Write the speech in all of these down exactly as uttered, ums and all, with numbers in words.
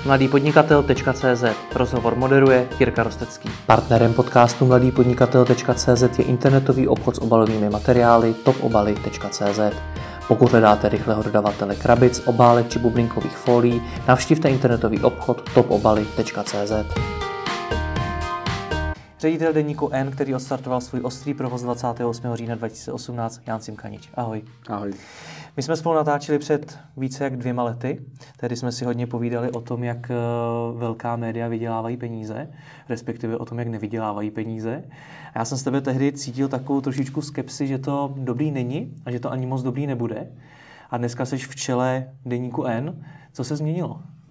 mladý podnikatel tečka cé zet. Rozhovor moderuje Jirka Rostecký. Partnerem podcastu mladý podnikatel tečka cé zet je internetový obchod s obalovými materiály top obaly tečka cé zet. Pokud hledáte rychlého dodavatele krabic, obálek či bublinkových fólií, navštivte internetový obchod top obaly tečka cé zet. Ředitel deníku N, který odstartoval svůj ostrý provoz dvacátého osmého října dva tisíce osmnáct, Jan Simkanič. Ahoj. Ahoj. My jsme spolu natáčeli před více jak dvěma lety. Tehdy jsme si hodně povídali o tom, jak velká média vydělávají peníze, respektive o tom, jak nevydělávají peníze. A já jsem s tebe tehdy cítil takovou trošičku skepsi, že to dobrý není a že to ani moc dobrý nebude. A dneska jsi v čele deníku N. Co se změnilo?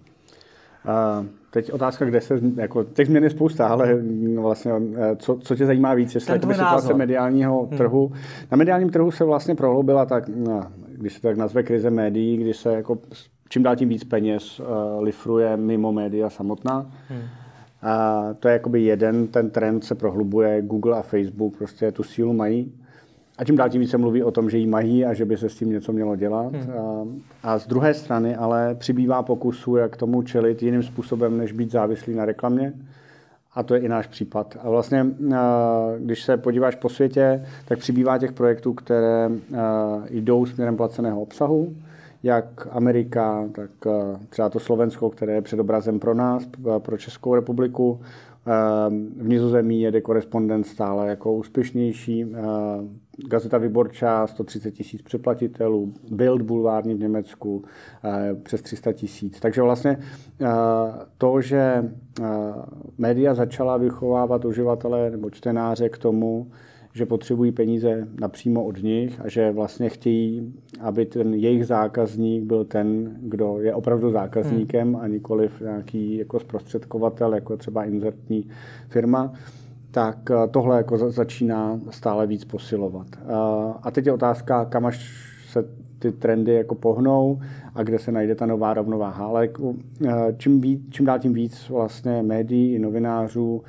Uh, teď otázka, kde se, jako těch změn je spousta, ale vlastně, co, co tě zajímá víc, jestli je to situace mediálního hmm. trhu. Na mediálním trhu se vlastně prohloubila tak, no, když se tak nazve krize médií, kdy se jako čím dál tím víc peněz uh, lifruje mimo média samotná. Hmm. A to je jakoby jeden, ten trend se prohlubuje, Google a Facebook prostě tu sílu mají. A tím dál tím víc se mluví o tom, že ji mají a že by se s tím něco mělo dělat. Hmm. A, a z druhé strany ale přibývá pokusů, jak tomu čelit jiným způsobem, než být závislý na reklamě. A to je i náš případ. A vlastně, když se podíváš po světě, tak přibývá těch projektů, které jdou směrem placeného obsahu. Jak Amerika, tak třeba to Slovensko, které je před obrazem pro nás, pro Českou republiku. V Nizozemí jede Korespondent stále jako úspěšnější. Gazeta Vyborča, sto třicet tisíc přeplatitelů, Bild bulvární v Německu, přes tři sta tisíc. Takže vlastně to, že média začala vychovávat uživatele nebo čtenáře k tomu, že potřebují peníze napřímo od nich a že vlastně chtějí, aby ten jejich zákazník byl ten, kdo je opravdu zákazníkem hmm. a nikoliv nějaký jako zprostředkovatel, jako třeba inzertní firma, tak tohle jako začíná stále víc posilovat. A teď je otázka, kam až se ty trendy jako pohnou a kde se najde ta nová rovnováha. Ale čím, víc, čím dál tím víc vlastně médií i novinářů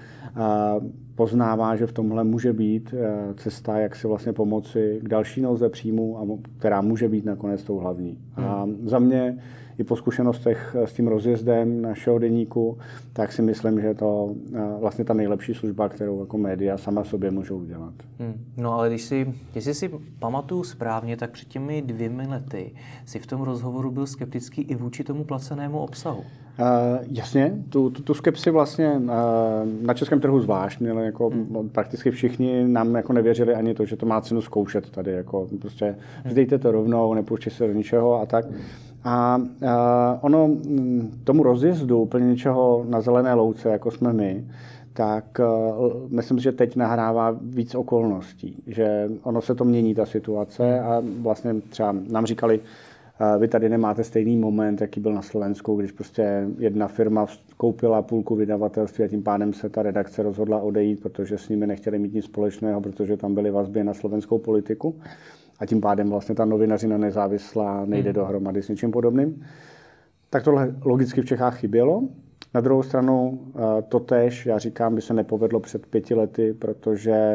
poznává, že v tomhle může být cesta, jak si vlastně pomoci k další noze příjmu, která může být nakonec tou hlavní. Hmm. A za mě i po zkušenostech s tím rozjezdem našeho deníku, tak si myslím, že je to vlastně ta nejlepší služba, kterou jako média sama sobě můžou udělat. Hmm. No ale když si, jestli si pamatuju správně, tak před těmi dvěmi lety si v tom rozhovoru byl skeptický i vůči tomu placenému obsahu. Uh, jasně, tu, tu, tu skepsi vlastně uh, na českém trhu zvlášť měli jako hmm. prakticky všichni nám jako nevěřili ani to, že to má cenu zkoušet tady, jako prostě vzdejte to rovnou, nepouštěj se do ničeho a tak. A uh, ono tomu rozjezdu úplně něčeho na zelené louce, jako jsme my, tak uh, myslím, že teď nahrává víc okolností, že ono se to mění, ta situace a vlastně třeba nám říkali, vy tady nemáte stejný moment, jaký byl na Slovensku, když prostě jedna firma koupila půlku vydavatelství a tím pádem se ta redakce rozhodla odejít, protože s nimi nechtěli mít nic společného, protože tam byly vazby na slovenskou politiku a tím pádem vlastně ta novinařina nezávislá nejde hmm. dohromady s něčím podobným. Tak tohle logicky v Čechách chybělo. Na druhou stranu totéž, já říkám, by se nepovedlo před pěti lety, protože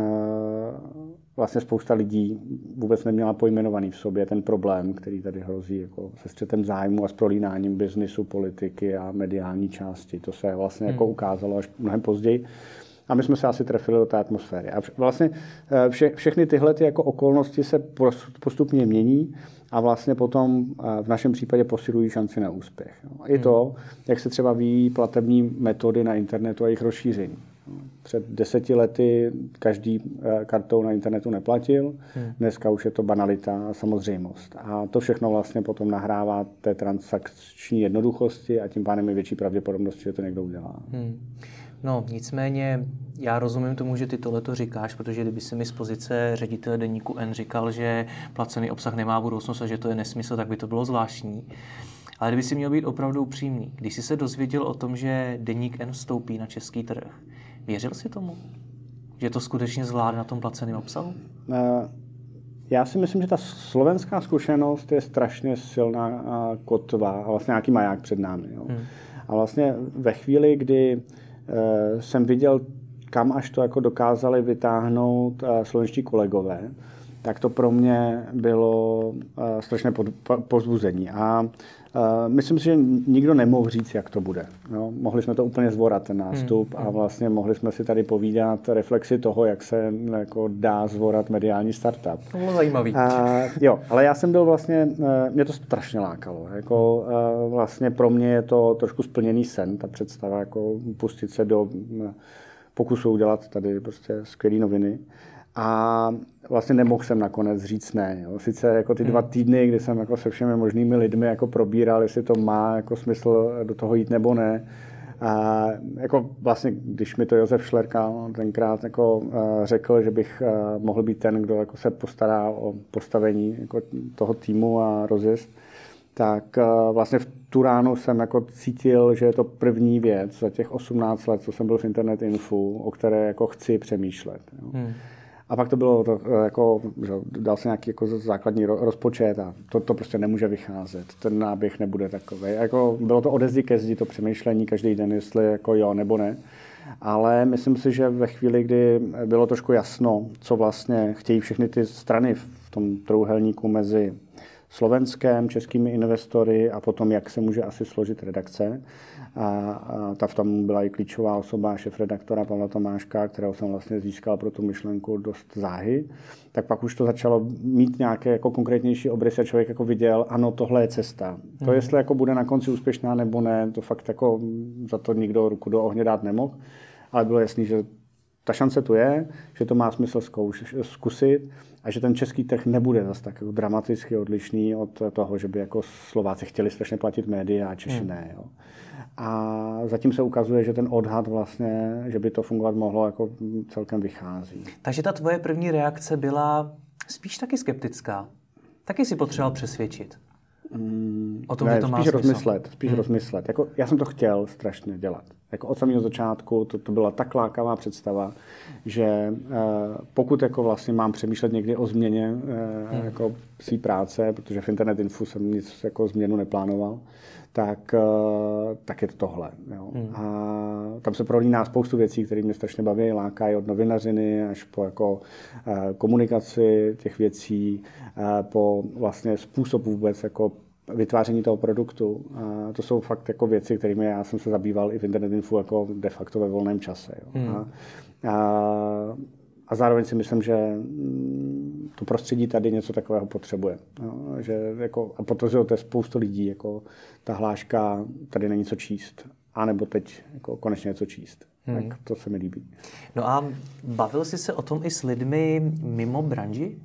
vlastně spousta lidí vůbec neměla pojmenovaný v sobě ten problém, který tady hrozí jako se střetem zájmu a s prolínáním biznisu, politiky a mediální části. To se vlastně hmm. jako ukázalo až mnohem později. A my jsme se asi trefili do té atmosféry. A vlastně vše, všechny tyhle ty jako okolnosti se postupně mění a vlastně potom v našem případě posilují šanci na úspěch. I to, jak se třeba vyvíjí platební metody na internetu a jejich rozšíření. Před deseti lety každý kartou na internetu neplatil, dneska už je to banalita a samozřejmost. A to všechno vlastně potom nahrává té transakční jednoduchosti a tím pádem je větší pravděpodobnost, že to někdo udělá. Hmm. No, nicméně já rozumím tomu, že ty tohleto říkáš, protože kdyby si mi z pozice ředitele deníku N říkal, že placený obsah nemá budoucnost a že to je nesmysl, tak by to bylo zvláštní. Ale kdyby si měl být opravdu upřímný, když jsi se dozvěděl o tom, že deník N vstoupí na český trh, věřil jsi tomu? Že to skutečně zvládne na tom placeném obsahu? Já si myslím, že ta slovenská zkušenost je strašně silná kotva a vlastně nějaký maják před námi. Jo. Hmm. A vlastně ve chvíli, kdy jsem viděl, kam až to jako dokázali vytáhnout slovenští kolegové, tak to pro mě bylo strašné povzbuzení. A myslím si, že nikdo nemohl říct, jak to bude. Jo? Mohli jsme to úplně zvorat, ten nástup, hmm. a vlastně mohli jsme si tady povídat reflexi toho, jak se jako dá zvorat mediální startup. To bylo zajímavý. A, jo, ale já jsem byl vlastně, mě to strašně lákalo. Jako, vlastně pro mě je to trošku splněný sen, ta představa, jako pustit se do pokusu udělat tady prostě skvělý noviny. A vlastně nemohl jsem nakonec říct ne. Jo. Sice jako ty dva týdny, kdy jsem jako se všemi možnými lidmi jako probíral, jestli to má jako smysl do toho jít nebo ne. A jako vlastně, když mi to Josef Šlerka tenkrát jako řekl, že bych mohl být ten, kdo jako se postará o postavení jako toho týmu a rozjezd, tak vlastně v tu ránu jsem jako cítil, že je to první věc za těch osmnáct let, co jsem byl v Internet Infu, o které jako chci přemýšlet. Jo. Hmm. A pak to bylo, to, jako, že dal se nějaký jako základní rozpočet a to, to prostě nemůže vycházet. Ten náběh nebude takový. Jako, bylo to ode zdi ke zdi, to přemýšlení každý den, jestli jako jo nebo ne. Ale myslím si, že ve chvíli, kdy bylo trošku jasno, co vlastně chtějí všechny ty strany v tom trojúhelníku mezi Slovenskem, českými investory a potom, jak se může asi složit redakce. A, a ta v tom byla i klíčová osoba, šéfredaktora Pavla Tomáška, kterého jsem vlastně získal pro tu myšlenku dost záhy. Tak pak už to začalo mít nějaké jako konkrétnější obrysy a člověk jako viděl, ano, tohle je cesta. To, hmm. jestli jako bude na konci úspěšná nebo ne, to fakt jako za to nikdo ruku do ohně dát nemohl. Ale bylo jasný, že ta šance tu je, že to má smysl zkouš, zkusit a že ten český trh nebude zase tak jako dramaticky odlišný od toho, že by jako Slováci chtěli strašně platit média a Češi hmm. ne. Jo. A zatím se ukazuje, že ten odhad vlastně, že by to fungovat mohlo, jako celkem vychází. Takže ta tvoje první reakce byla spíš taky skeptická. Taky si potřeboval přesvědčit. Mm, o tom, ne, že to má spíš smysl. rozmyslet. Spíš hmm. rozmyslet. Jako, já jsem to chtěl strašně dělat. Jako od samého začátku to, to byla tak lákavá představa, že eh, pokud jako vlastně mám přemýšlet někdy o změně eh, hmm. jako svý práce, protože v Internet Infu jsem nic jako změnu neplánoval, tak, eh, tak je to tohle. Jo. Hmm. A tam se prolíná spoustu věcí, které mě strašně baví, lákají od novinařiny až po jako, eh, komunikaci těch věcí, eh, po vlastně způsob vůbec jako vytváření toho produktu. A to jsou fakt jako věci, kterými já jsem se zabýval i v Internet Infu jako de facto ve volném čase. Jo. Hmm. A, a, a zároveň si myslím, že to prostředí tady něco takového potřebuje. Jo. Že jako, a potvrzuje to je spoustu lidí. Jako ta hláška, tady není co číst. A nebo teď jako konečně něco číst. Hmm. Tak to se mi líbí. No a bavil jsi se o tom i s lidmi mimo branži?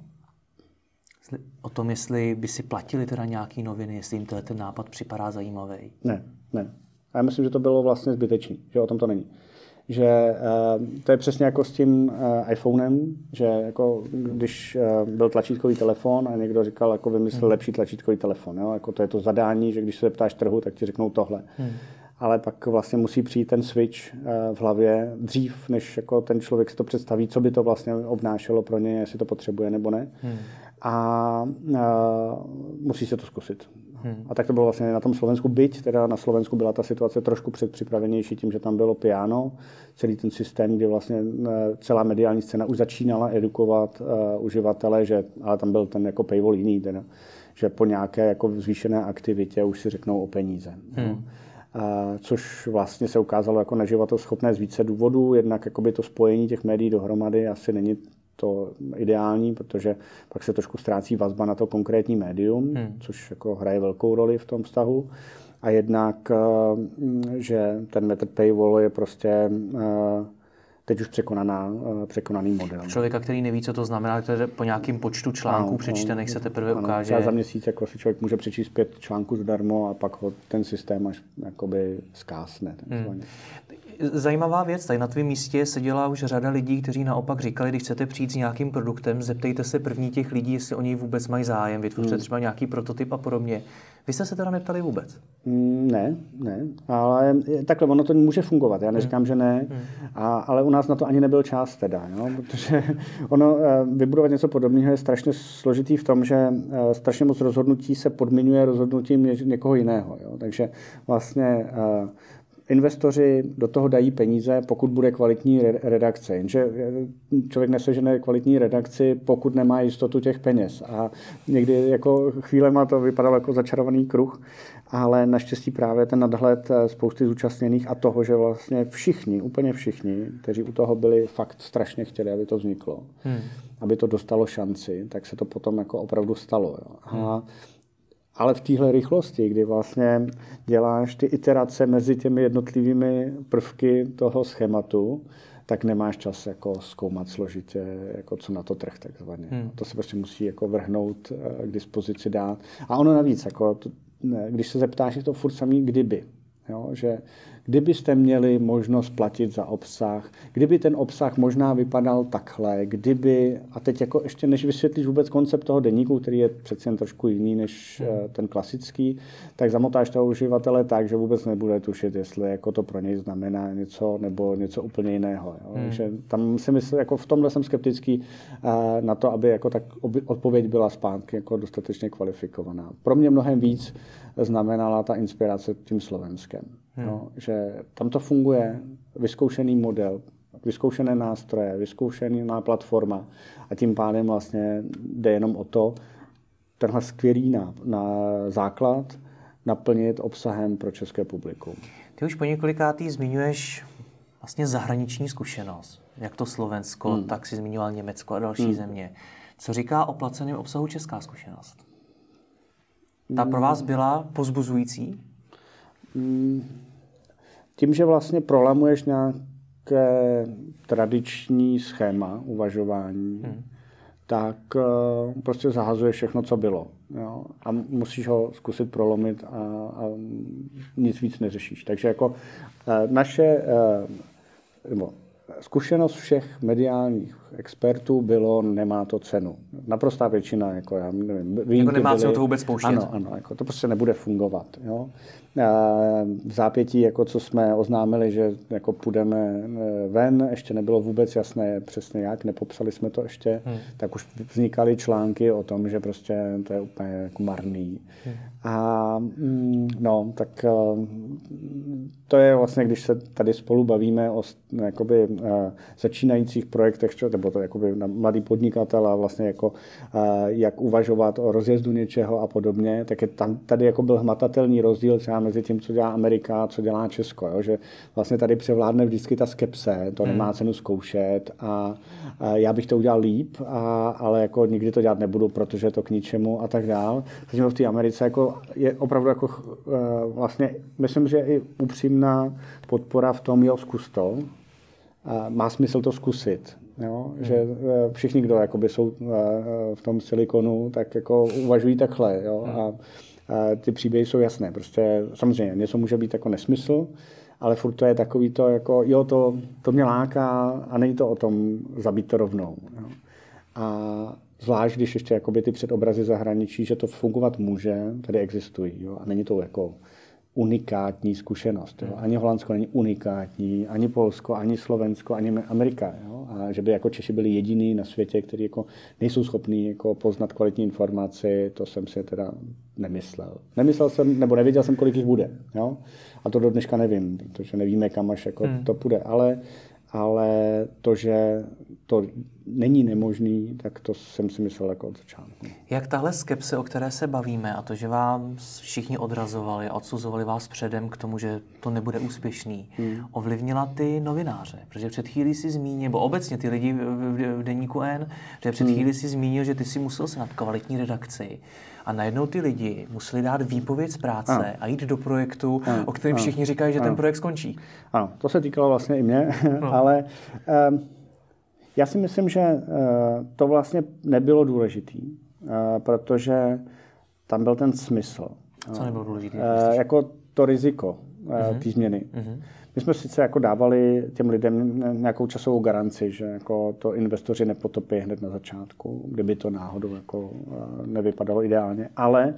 O tom, jestli by si platili teda nějaký noviny, jestli jim ten nápad připadá zajímavý? Ne, ne. A já myslím, že to bylo vlastně zbytečný, že o tom to není. Že uh, to je přesně jako s tím uh, iPhonem, že jako když uh, byl tlačítkový telefon a někdo říkal, jako vymyslel hmm. lepší tlačítkový telefon. Jo? Jako to je to zadání, že když se ptáš trhu, tak ti řeknou tohle. Hmm. Ale pak vlastně musí přijít ten switch v hlavě dřív, než jako ten člověk si to představí, co by to vlastně obnášelo pro něj, jestli to potřebuje nebo ne. Hmm. A, a musí se to zkusit. Hmm. A tak to bylo vlastně na tom Slovensku, byť teda na Slovensku byla ta situace trošku předpřipravenější tím, že tam bylo piano, celý ten systém, kde vlastně celá mediální scéna už začínala edukovat uh, uživatele, že, ale tam byl ten jako paywall jiný, teda, že po nějaké jako zvýšené aktivitě už si řeknou o peníze. Hmm. No. Uh, což vlastně se ukázalo jako neživotoschopné z více důvodů. Jednak jakoby to spojení těch médií dohromady asi není to ideální, protože pak se trošku ztrácí vazba na to konkrétní médium, hmm. což jako hraje velkou roli v tom vztahu. A jednak, uh, že ten method paywall je prostě uh, teď už překonaná, překonaný model. Člověka, který neví, co to znamená, to je po nějakým počtu článků ano, přečtených se teprve ano, ukáže. Třeba za měsíc jako si člověk může přečíst pět článků zdarma a pak ho ten systém až jakoby zkásne. Hmm. Zajímavá věc, tady na tvém místě seděla už řada lidí, kteří naopak říkali, když chcete přijít s nějakým produktem, zeptejte se první těch lidí, jestli o něj vůbec mají zájem, vytvořte hmm. třeba nějaký prototyp a podobně. Vy jste se teda neptali vůbec? Ne, ne, ale takhle ono to může fungovat, já neříkám, hmm. že ne, hmm. a, ale u nás na to ani nebyl čas teda, jo? Protože ono vybudovat něco podobného je strašně složitý v tom, že strašně moc rozhodnutí se podmiňuje rozhodnutím někoho jiného, jo? Takže vlastně investoři do toho dají peníze, pokud bude kvalitní redakce. Jenže člověk nesežene kvalitní redakci, pokud nemá jistotu těch peněz. A někdy jako chvílema to vypadalo jako začarovaný kruh, ale naštěstí právě ten nadhled spousty zúčastněných a toho, že vlastně všichni, úplně všichni, kteří u toho byli, fakt strašně chtěli, aby to vzniklo, hmm. aby to dostalo šanci, tak se to potom jako opravdu stalo. Jo. A hmm. Ale v téhle rychlosti, kdy vlastně děláš ty iterace mezi těmi jednotlivými prvky toho schématu, tak nemáš čas jako zkoumat složitě, jako co na to trh takzvaně. Hmm. To se prostě musí jako vrhnout k dispozici dát. A ono navíc, jako to, ne, když se zeptáš, je to furt samý kdyby. Jo, že kdybyste měli možnost platit za obsah, kdyby ten obsah možná vypadal takhle, kdyby, a teď jako ještě než vysvětlíš vůbec koncept toho deníku, který je přeci jen trošku jiný než hmm. ten klasický, tak zamotáš toho uživatele tak, že vůbec nebude tušit, jestli jako to pro něj znamená něco nebo něco úplně jiného. Jo. Hmm. Takže tam si myslím, jako v tomhle jsem skeptický na to, aby jako tak odpověď byla zpátky jako dostatečně kvalifikovaná. Pro mě mnohem víc znamenala ta inspirace tím Slovenskem. Hmm. No, že tam to funguje, vyzkoušený model, vyzkoušené nástroje, vyzkoušená platforma a tím pádem vlastně jde jenom o to, tenhle skvělý na, na základ naplnit obsahem pro české publikum. Ty už po několikátý zmiňuješ vlastně zahraniční zkušenost. Jak to Slovensko, hmm. tak si zmiňoval Německo a další hmm. země. Co říká o placeném obsahu česká zkušenost? Ta pro vás byla povzbuzující? Tím, že vlastně prolamuješ nějaké tradiční schéma uvažování, hmm. tak uh, prostě zahazuješ všechno, co bylo. Jo? A musíš ho zkusit prolomit a, a nic víc neřešíš. Takže jako uh, naše uh, nebo zkušenost všech mediálních expertů bylo, nemá to cenu. Naprostá většina, jako já nevím, jako nemá cenu to vůbec pouštět. Ano, ano, jako to prostě nebude fungovat. Jo? V zápětí, jako co jsme oznámili, že jako půjdeme ven, ještě nebylo vůbec jasné přesně jak, nepopsali jsme to ještě, hmm. tak už vznikaly články o tom, že prostě to je úplně jako marný. Hmm. A no, tak to je vlastně, když se tady spolu bavíme o jakoby začínajících projektech, nebo to jakoby mladý podnikatel a vlastně jako jak uvažovat o rozjezdu něčeho a podobně, tak je tam, tady jako byl hmatatelný rozdíl třeba mezi tím, co dělá Amerika a co dělá Česko. Jo? Že vlastně tady převládne vždycky ta skepse, to nemá hmm. cenu zkoušet a, a já bych to udělal líp, a, ale jako nikdy to dělat nebudu, protože je to k ničemu a tak dál. Takže v té Americe jako je opravdu jako vlastně, myslím, že i upřímná podpora v tom, jo, zkus to. Má smysl to zkusit. Jo? Hmm. Že všichni, kdo jakoby jsou v tom silikonu, tak jako uvažují takhle. Jo? Hmm. A A ty příběhy jsou jasné. Prostě samozřejmě něco může být jako nesmysl, ale furt to je takový to jako, jo, to, to mě láká a není to o tom zabít to rovnou. Jo. A zvlášť, když ještě jakoby ty předobrazy zahraničí, že to fungovat může, tady existují. Jo. A není to jako unikátní zkušenost. Jo. Ani Holandsko není unikátní, ani Polsko, ani Slovensko, ani Amerika. Jo. A že by jako Češi byli jediný na světě, kteří jako nejsou schopní jako poznat kvalitní informaci, to jsem si teda nemyslel. Nemyslel jsem, nebo nevěděl jsem, kolik jich bude. Jo. A to do dneška nevím, protože nevíme, kam až jako hmm. to půjde. Ale, ale to, že to není nemožný, tak to jsem si myslel jako od začátku. Jak tahle skepse, o které se bavíme, a to, že vám všichni odrazovali a odsuzovali vás předem k tomu, že to nebude úspěšný, hmm. ovlivnila ty novináře? Protože před chvílí si zmínil, nebo obecně ty lidi v, v deníku N, že před hmm. chvílí si zmínil, že ty si musel se nad kvalitní redakci. A najednou ty lidi museli dát výpověď z práce ano. a jít do projektu, ano. o kterém všichni říkají, že ano. ten projekt skončí. Ano, to se týkalo vlastně i mě, no. ale um, já si myslím, že uh, to vlastně nebylo důležitý, uh, protože tam byl ten smysl. Co nebylo důležitý? Uh, jako to riziko uh, uh-huh. té změny. Uh-huh. My jsme sice jako dávali těm lidem nějakou časovou garanci, že jako to investoři nepotopí hned na začátku, kdyby to náhodou jako nevypadalo ideálně, ale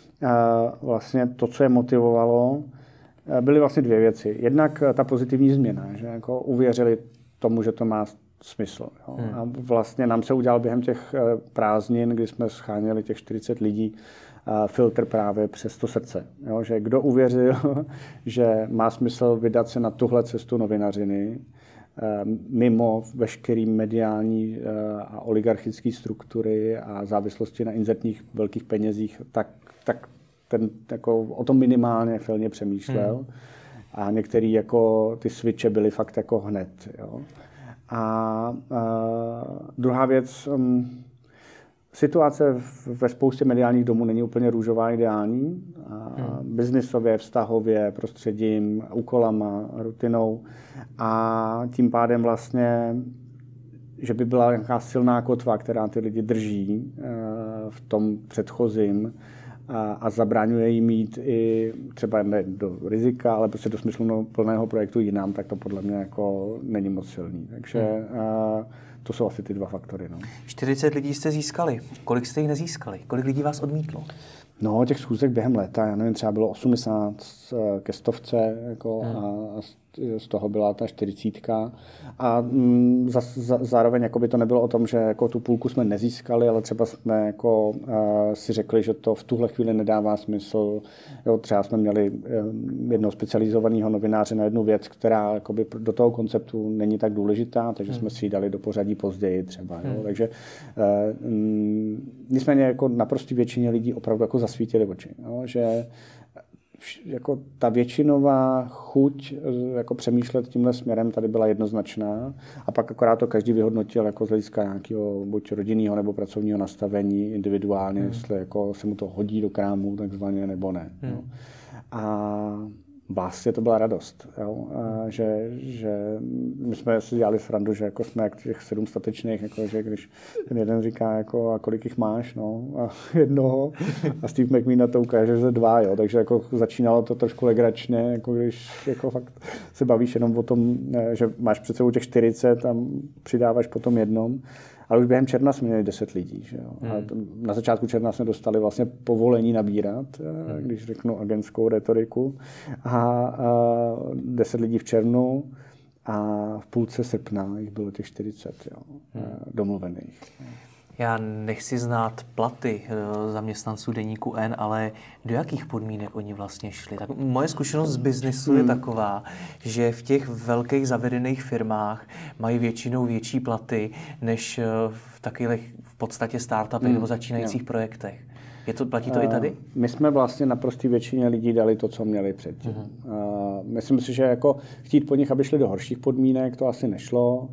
vlastně to, co je motivovalo, byly vlastně dvě věci. Jednak ta pozitivní změna, že jako uvěřili tomu, že to má smysl. Jo. Hmm. A vlastně nám se udělal během těch prázdnin, kdy jsme scháněli těch čtyřicet lidí, filtr právě přes to srdce. Jo? Že kdo uvěřil, že má smysl vydat se na tuhle cestu novinařiny, mimo veškerý mediální a oligarchické struktury a závislosti na inzertních velkých penězích, tak, tak ten jako o tom minimálně chvilně přemýšlel. Hmm. A některý jako ty switche byly fakt jako hned. Jo. A, a druhá věc, um, situace ve spoustě mediálních domů není úplně růžová ideální. A hmm. Biznisově, vztahově, prostředím, úkolama, rutinou. A tím pádem vlastně, že by byla nějaká silná kotva, která ty lidi drží uh, v tom předchozím, a, a zabraňuje jí mít i třeba ne do rizika, ale prostě do smyslu plného projektu jinam, tak to podle mě jako není moc silný. Takže hmm. a, to jsou asi ty dva faktory. No. čtyřicet lidí jste získali. Kolik jste jich nezískali? Kolik lidí vás odmítlo? No, těch schůzek během léta, já nevím, třeba bylo osmdesát ke stovce jako, hmm. a z toho byla ta čtyřicítka. A mm, za, za, zároveň jako by to nebylo o tom, že jako tu půlku jsme nezískali, ale třeba jsme jako, uh, si řekli, že to v tuhle chvíli nedává smysl. Jo, třeba jsme měli um, jednoho specializovaného novináře na jednu věc, která jakoby do toho konceptu není tak důležitá, takže hmm. jsme si ji dali do pořadí později třeba. Jo. Hmm. Takže uh, mm, nicméně jako naprostý většině lidí opravdu jako zasvítili oči. Jo, že jako ta většinová chuť jako přemýšlet tímhle směrem tady byla jednoznačná a pak akorát to každý vyhodnotil jako z hlediska nějakého buď rodinného nebo pracovního nastavení individuálně, hmm. jestli jako se mu to hodí do krámu takzvaně nebo ne. Hmm. No. A vlastně to byla radost, jo? A že, že my jsme si dělali srandu, že jako jsme jak těch sedm statečných, jako, že když ten jeden říká, jako, a kolik jich máš, no, a jednoho, a Steve McQueen na to ukáže, že dva, jo? Takže jako začínalo to trošku legračně, jako když jako fakt se bavíš jenom o tom, že máš před sebou těch čtyřicet a přidáváš potom jednom. Ale už během června jsme měli deset lidí. Že jo? Hmm. A na začátku června jsme dostali vlastně povolení nabírat, hmm. když řeknu agentskou retoriku. A, a deset lidí v červnu a v půlce srpna jich bylo těch čtyřicet jo? Hmm. domluvených. Já nechci znát platy zaměstnanců deníku N, ale do jakých podmínek oni vlastně šli? Tak moje zkušenost z biznesu hmm. je taková, že v těch velkých zavedených firmách mají většinou větší platy než v takových v podstatě startupech hmm. nebo začínajících jo. projektech. Je to, platí to uh, i tady? My jsme vlastně naprostý většině lidí dali to, co měli předtím. Uh-huh. Uh, myslím si, že jako chtít po nich, aby šli do horších podmínek, to asi nešlo.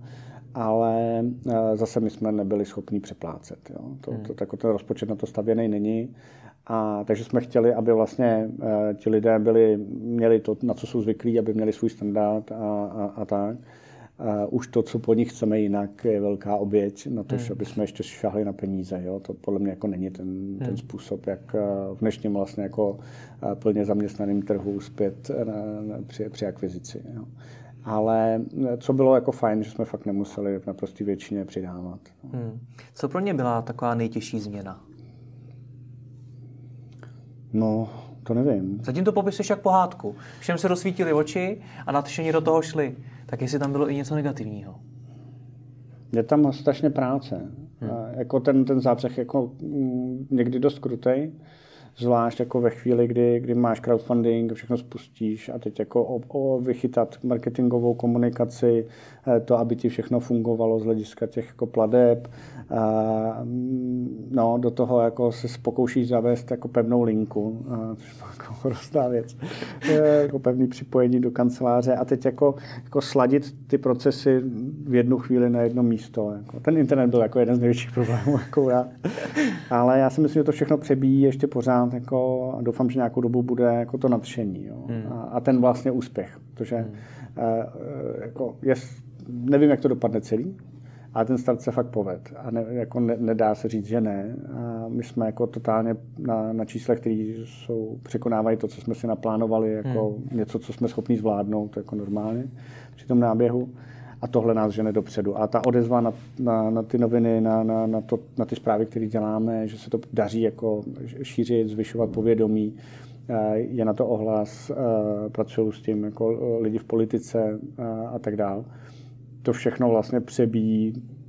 Ale zase my jsme nebyli schopni přeplácet. Jo. To, hmm. to, to, ten rozpočet na to stavěný není. A, takže jsme chtěli, aby vlastně uh, ti lidé byli, měli to, na co jsou zvyklí, aby měli svůj standard a, a, a tak. Uh, už to, co po nich chceme jinak, je velká oběť na to, hmm. aby jsme ještě šahli na peníze. Jo. To podle mě jako není ten, hmm. ten způsob, jak uh, v dnešním vlastně jako uh, plně zaměstnaným trhu zpět uh, při, při akvizici. Jo. Ale co bylo jako fajn, že jsme fakt nemuseli v naprosté většině přidávat. Hmm. Co pro ně byla taková nejtěžší změna? No, to nevím. Zatím to popisuješ jak pohádku. Všem se rozsvítili oči a nadšení do toho šli. Tak jestli tam bylo i něco negativního? Je tam strašně práce. Hmm. Jako ten, ten zábřeh jako někdy dost krutej. Zvlášť jako ve chvíli, kdy, kdy máš crowdfunding, všechno spustíš a teď jako o, o vychytat marketingovou komunikaci, to, aby ti všechno fungovalo z hlediska těch jako pladeb. No, do toho jako se pokoušíš zavést jako pevnou linku, což je jako hrozná věc. Jako pevný připojení do kanceláře a teď jako, jako sladit ty procesy v jednu chvíli na jedno místo. Jako. Ten internet byl jako jeden z největších problémů. Jako já. Ale já si myslím, že to všechno přebíjí ještě pořád jako, a doufám, že nějakou dobu bude jako to nadšení. Jo. Hmm. A, a ten vlastně úspěch. Protože hmm. uh, jako je, nevím, jak to dopadne celý, ale ten start se fakt poved. A ne, jako ne, nedá se říct, že ne. A my jsme jako totálně na, na číslech, které jsou, překonávají to, co jsme si naplánovali, jako hmm. něco, co jsme schopni zvládnout jako normálně při tom náběhu. A tohle nás žene dopředu. A ta odezva na, na, na ty noviny, na, na, na, to, na ty zprávy, které děláme, že se to daří jako šířit, zvyšovat povědomí, je na to ohlas, pracují s tím jako lidi v politice a tak dál. To všechno vlastně přebíjí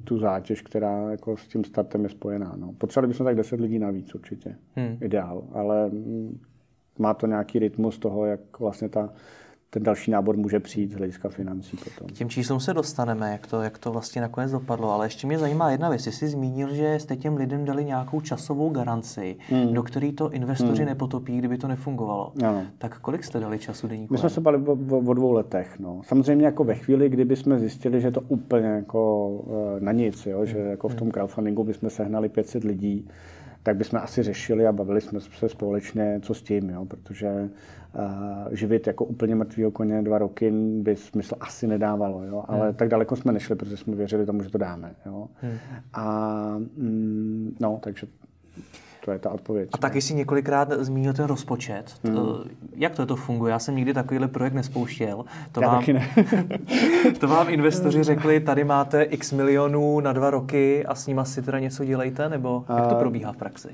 tu zátěž, která jako s tím startem je spojená. No. Potřebovali bychom tak deset lidí navíc určitě. Hmm. Ideál. Ale má to nějaký rytmus toho, jak vlastně ta ten další nábor může přijít z hlediska financí potom. K těm číslům se dostaneme, jak to, jak to vlastně nakonec dopadlo, ale ještě mě zajímá jedna věc. Jsi si zmínil, že jste těm lidem dali nějakou časovou garanci, mm. do který to investoři mm. nepotopí, kdyby to nefungovalo. Ano. Tak kolik jste dali času deníku? My jsme se bali o, o, o dvou letech. No. Samozřejmě jako ve chvíli, kdyby jsme zjistili, že to úplně jako na nic, jo? Že jako v tom crowdfundingu bychom sehnali pět set lidí, tak bychom asi řešili a bavili jsme se společně, co s tím, jo? Protože uh, živit jako úplně mrtvýho koně dva roky by smysl asi nedávalo, jo? Ale hmm. tak daleko jsme nešli, protože jsme věřili tomu, že to dáme. Jo? Hmm. A mm, no, takže to je ta odpověď. A taky si několikrát zmínil ten rozpočet. Hmm. Jak to, to funguje? Já jsem nikdy takovýhle projekt nespouštěl. To Já vám, taky ne. To vám investoři řekli, tady máte x milionů na dva roky a s nima si teda něco dělejte? Nebo jak to probíhá v praxi?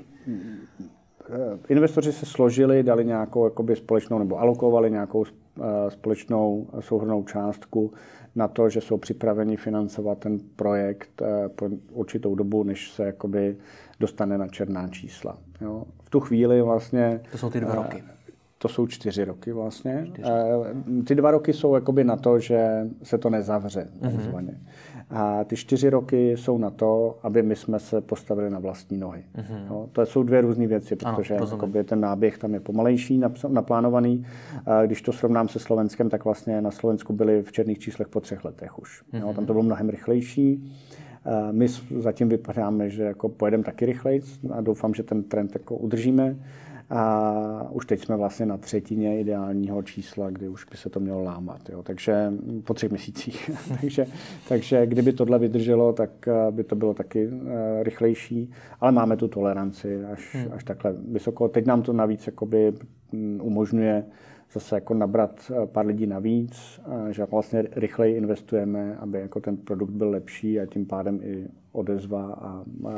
Investoři se složili, dali nějakou jakoby společnou, nebo alokovali nějakou společnou souhrnnou částku na to, že jsou připraveni financovat ten projekt po určitou dobu, než se jakoby dostane na černá čísla. Jo. V tu chvíli vlastně... To jsou ty dva roky. To jsou čtyři roky vlastně. Čtyři. Ty dva roky jsou jakoby na to, že se to nezavře. Mm-hmm. A ty čtyři roky jsou na to, aby my jsme se postavili na vlastní nohy. Mm-hmm. Jo. To jsou dvě různé věci, protože ano, jakoby ten náběh tam je pomalejší, naplánovaný. Když to srovnám se Slovenskem, tak vlastně na Slovensku byli v černých číslech po třech letech už. Mm-hmm. Jo. Tam to bylo mnohem rychlejší. My zatím vypadáme, že jako pojedeme taky rychleji a doufám, že ten trend jako udržíme. A už teď jsme vlastně na třetině ideálního čísla, kdy už by se to mělo lámat. Jo. Takže po třech měsících. takže, takže kdyby tohle vydrželo, tak by to bylo taky uh, rychlejší. Ale máme tu toleranci až, hmm. až takhle vysoko. Teď nám to navíc jakoby, um, umožňuje zase jako nabrat pár lidí navíc, že vlastně rychleji investujeme, aby jako ten produkt byl lepší a tím pádem i odezva a, a, a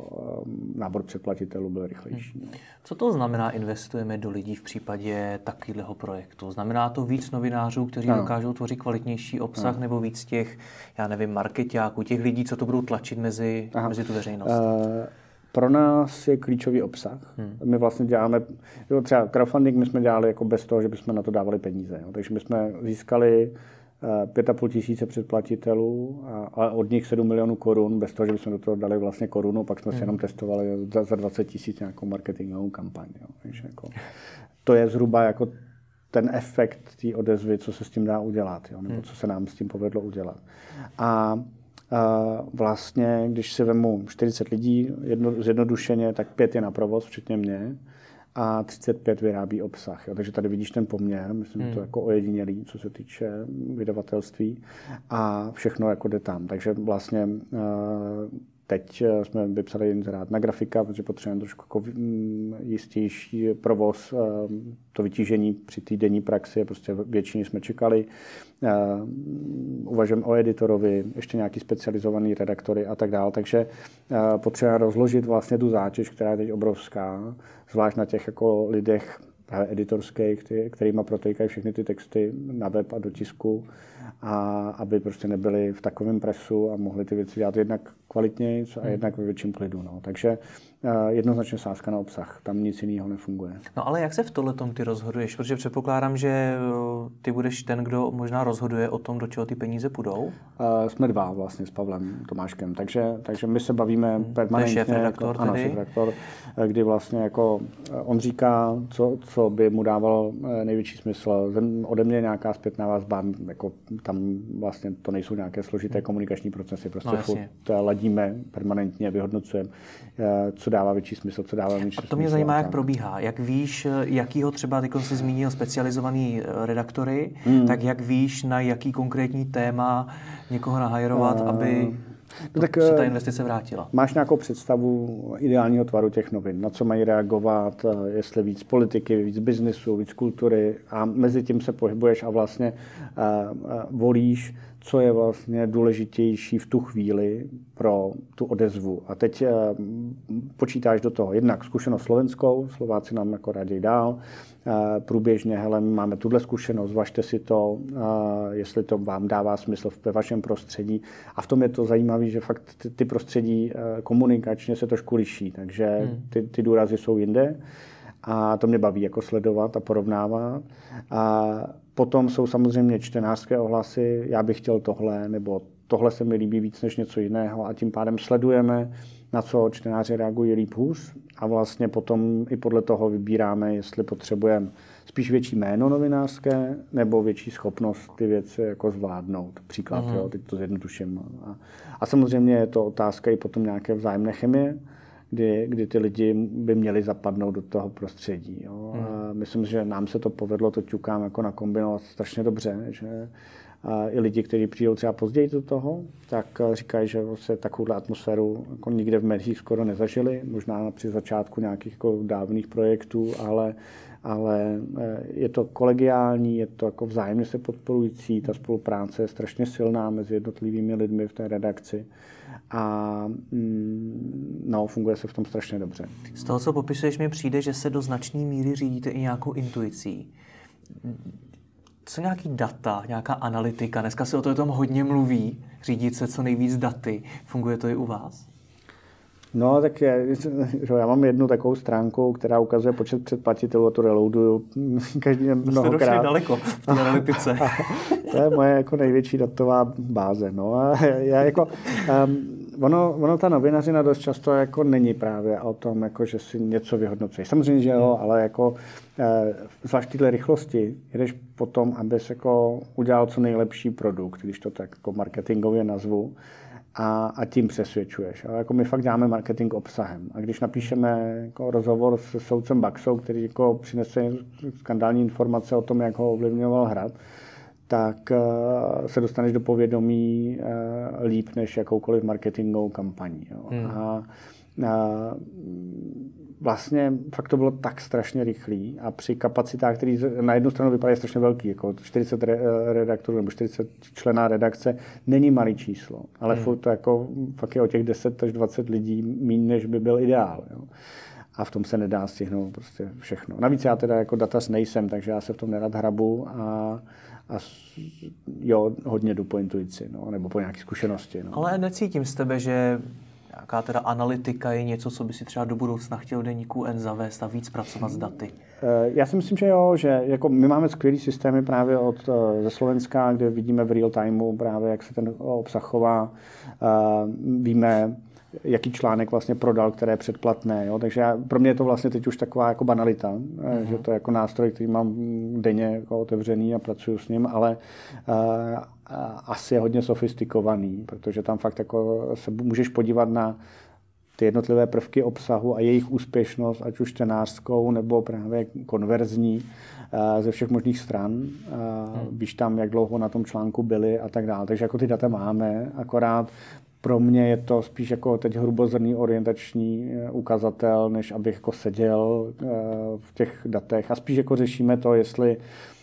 nábor předplatitelů byl rychlejší. Hmm. Co to znamená investujeme do lidí v případě takového projektu? Znamená to víc novinářů, kteří ano. dokážou tvořit kvalitnější obsah, ano. nebo víc těch, já nevím, markeťáků, těch lidí, co to budou tlačit mezi, mezi tu veřejnost? Uh, Pro nás je klíčový obsah. Hmm. My vlastně děláme, jo, třeba crowdfunding my jsme dělali jako bez toho, že bychom na to dávali peníze. Jo. Takže my jsme získali pět a půl tisíce předplatitelů a, a od nich sedm milionů korun, bez toho, že bychom do toho dali vlastně korunu, pak jsme hmm. si jenom testovali za, za dvacet tisíc nějakou marketingovou kampaň. Jo. Takže jako, to je zhruba jako ten efekt té odezvy, co se s tím dá udělat, jo, nebo hmm. co se nám s tím povedlo udělat. A Uh, vlastně, když si vemu čtyřicet lidí, jedno, zjednodušeně, tak pět je na provoz, včetně mě, a třicet pět vyrábí obsah. Jo. Takže tady vidíš ten poměr, myslím, hmm. že to jako ojedinělý, co se týče vydavatelství a všechno jako jde tam. Takže vlastně uh, teď jsme vypsali inzerát na grafika, protože potřebujeme trošku jako jistější provoz. To vytížení při té denní praxi je prostě větší, než jsme čekali. Uvažujeme o editorovi, ještě nějaký specializovaný redaktory a tak dále. Takže potřebujeme rozložit vlastně tu zátěž, která je teď obrovská, zvlášť na těch jako lidech právě editorských, kterýma protékají všechny ty texty na web a do tisku, a aby prostě nebyli v takovém presu a mohli ty věci dělat jednak kvalitněji a jednak ve větším klidu. No. Takže jednoznačně sázka na obsah. Tam nic jiného nefunguje. No ale jak se v tohletom ty rozhoduješ? Protože předpokládám, že ty budeš ten, kdo možná rozhoduje o tom, do čeho ty peníze půjdou? Uh, jsme dva vlastně s Pavlem Tomáškem. Takže, takže my se bavíme hmm. permanentně. To je šéfredaktor jako, ano, šéfredaktor, kdy vlastně jako on říká, co, co by mu dávalo největší smysl. Ode mě nějaká zpětná vazba, jako tam vlastně to nejsou nějaké složité komunikační procesy. Prostě no, furt ladíme permanentně, vyhodnocujeme, co dává větší smysl, co dává větší smysl. A to mě zajímá, jak probíhá. Jak víš, jakýho třeba, ty jsi zmínil specializovaný redaktory, hmm. tak jak víš, na jaký konkrétní téma někoho nahajrovat, uh, aby to, tak, se ta investice vrátila? Máš nějakou představu ideálního tvaru těch novin, na co mají reagovat, jestli víc politiky, víc biznesu, víc kultury, a mezi tím se pohybuješ a vlastně uh, uh, volíš, co je vlastně důležitější v tu chvíli pro tu odezvu. A teď uh, počítáš do toho jednak zkušenost slovenskou, Slováci nám jako raději dál, průběžně, hele, máme tuhle zkušenost, zvažte si to, jestli to vám dává smysl ve vašem prostředí. A v tom je to zajímavé, že fakt ty, ty prostředí komunikačně se trošku liší, takže ty, ty důrazy jsou jinde a to mě baví jako sledovat a porovnávat. A potom jsou samozřejmě čtenářské ohlasy, já bych chtěl tohle, nebo tohle se mi líbí víc než něco jiného a tím pádem sledujeme, na co čtenáři reagují líp hůř a vlastně potom i podle toho vybíráme, jestli potřebujeme spíš větší jméno novinářské nebo větší schopnost ty věci jako zvládnout. Příklad, mm. jo, teď to zjednoduším. A, a samozřejmě je to otázka i potom nějaké vzájemné chemie, kdy, kdy ty lidi by měli zapadnout do toho prostředí. Jo. Mm. A myslím, že nám se to povedlo, to ťukám jako nakombinovat strašně dobře, že a i lidi, kteří přijdou třeba později do toho, tak říkají, že vlastně takovouhle atmosféru jako nikde v médiích skoro nezažili, možná při začátku nějakých jako dávných projektů, ale, ale je to kolegiální, je to jako vzájemně se podporující, ta spolupráce je strašně silná mezi jednotlivými lidmi v té redakci a no, funguje se v tom strašně dobře. Z toho, co popisuješ, mi přijde, že se do značné míry řídíte i nějakou intuicí. Co nějaký data, nějaká analytika? Dneska se o to tom hodně mluví, řídit se co nejvíc daty. Funguje to i u vás? No, tak je, já mám jednu takovou stránku, která ukazuje počet předplatitelů a to reloaduju každý mnohokrát. Jste došli daleko v té analytice. To je moje jako největší datová báze. No. A já jako, um, ono, ono ta novinařina dost často jako není právě o tom, jako, že si něco vyhodnocuješ. Samozřejmě, že jo, ale jako zvlášť tyhle rychlosti jdeš potom, abys jako udělal co nejlepší produkt, když to tak jako marketingově nazvu. A, a tím přesvědčuješ. Ale jako my fakt děláme marketing obsahem. A když napíšeme jako rozhovor s soudcem Baxou, který jako přinese skandální informace o tom, jak ho ovlivňoval Hrad, tak uh, se dostaneš do povědomí uh, líp než jakoukoliv marketingovou kampaní. Jo. Hmm. A, a vlastně fakt to bylo tak strašně rychlý a při kapacitách, který na jednu stranu vypadají strašně velký, jako čtyřicet redaktorů nebo čtyřicet člená redakce, není malý číslo, ale hmm. furt to jako fakt je o těch deset až dvacet lidí míň, než by byl ideál. Jo. A v tom se nedá stihnout prostě všechno. Navíc já teda jako datas nejsem, takže já se v tom nerad hrabu a, a jo, hodně jdu po intuici, no, nebo po nějaké zkušenosti. No. Ale necítím z tebe, že nějaká teda analytika je něco, co by si třeba do budoucna chtěl deníku N zavést a víc pracovat s daty? Já si myslím, že jo, že jako my máme skvělý systémy právě od ze Slovenska, kde vidíme v real timeu právě, jak se ten obsah chová. Víme, jaký článek vlastně prodal, které je předplatné. Jo? Takže já, pro mě je to vlastně teď už taková jako banalita, uh-huh. že to je jako nástroj, který mám denně jako otevřený a pracuji s ním, ale uh, asi je hodně sofistikovaný, protože tam fakt jako se můžeš podívat na ty jednotlivé prvky obsahu a jejich úspěšnost, ať už čtenářskou nebo právě konverzní uh, ze všech možných stran. Uh, víš tam, jak dlouho na tom článku byli a tak dále. Takže jako ty data máme, akorát pro mě je to spíš jako teď hrubozrnný orientační ukazatel, než abych jako seděl v těch datech. A spíš jako řešíme to, jestli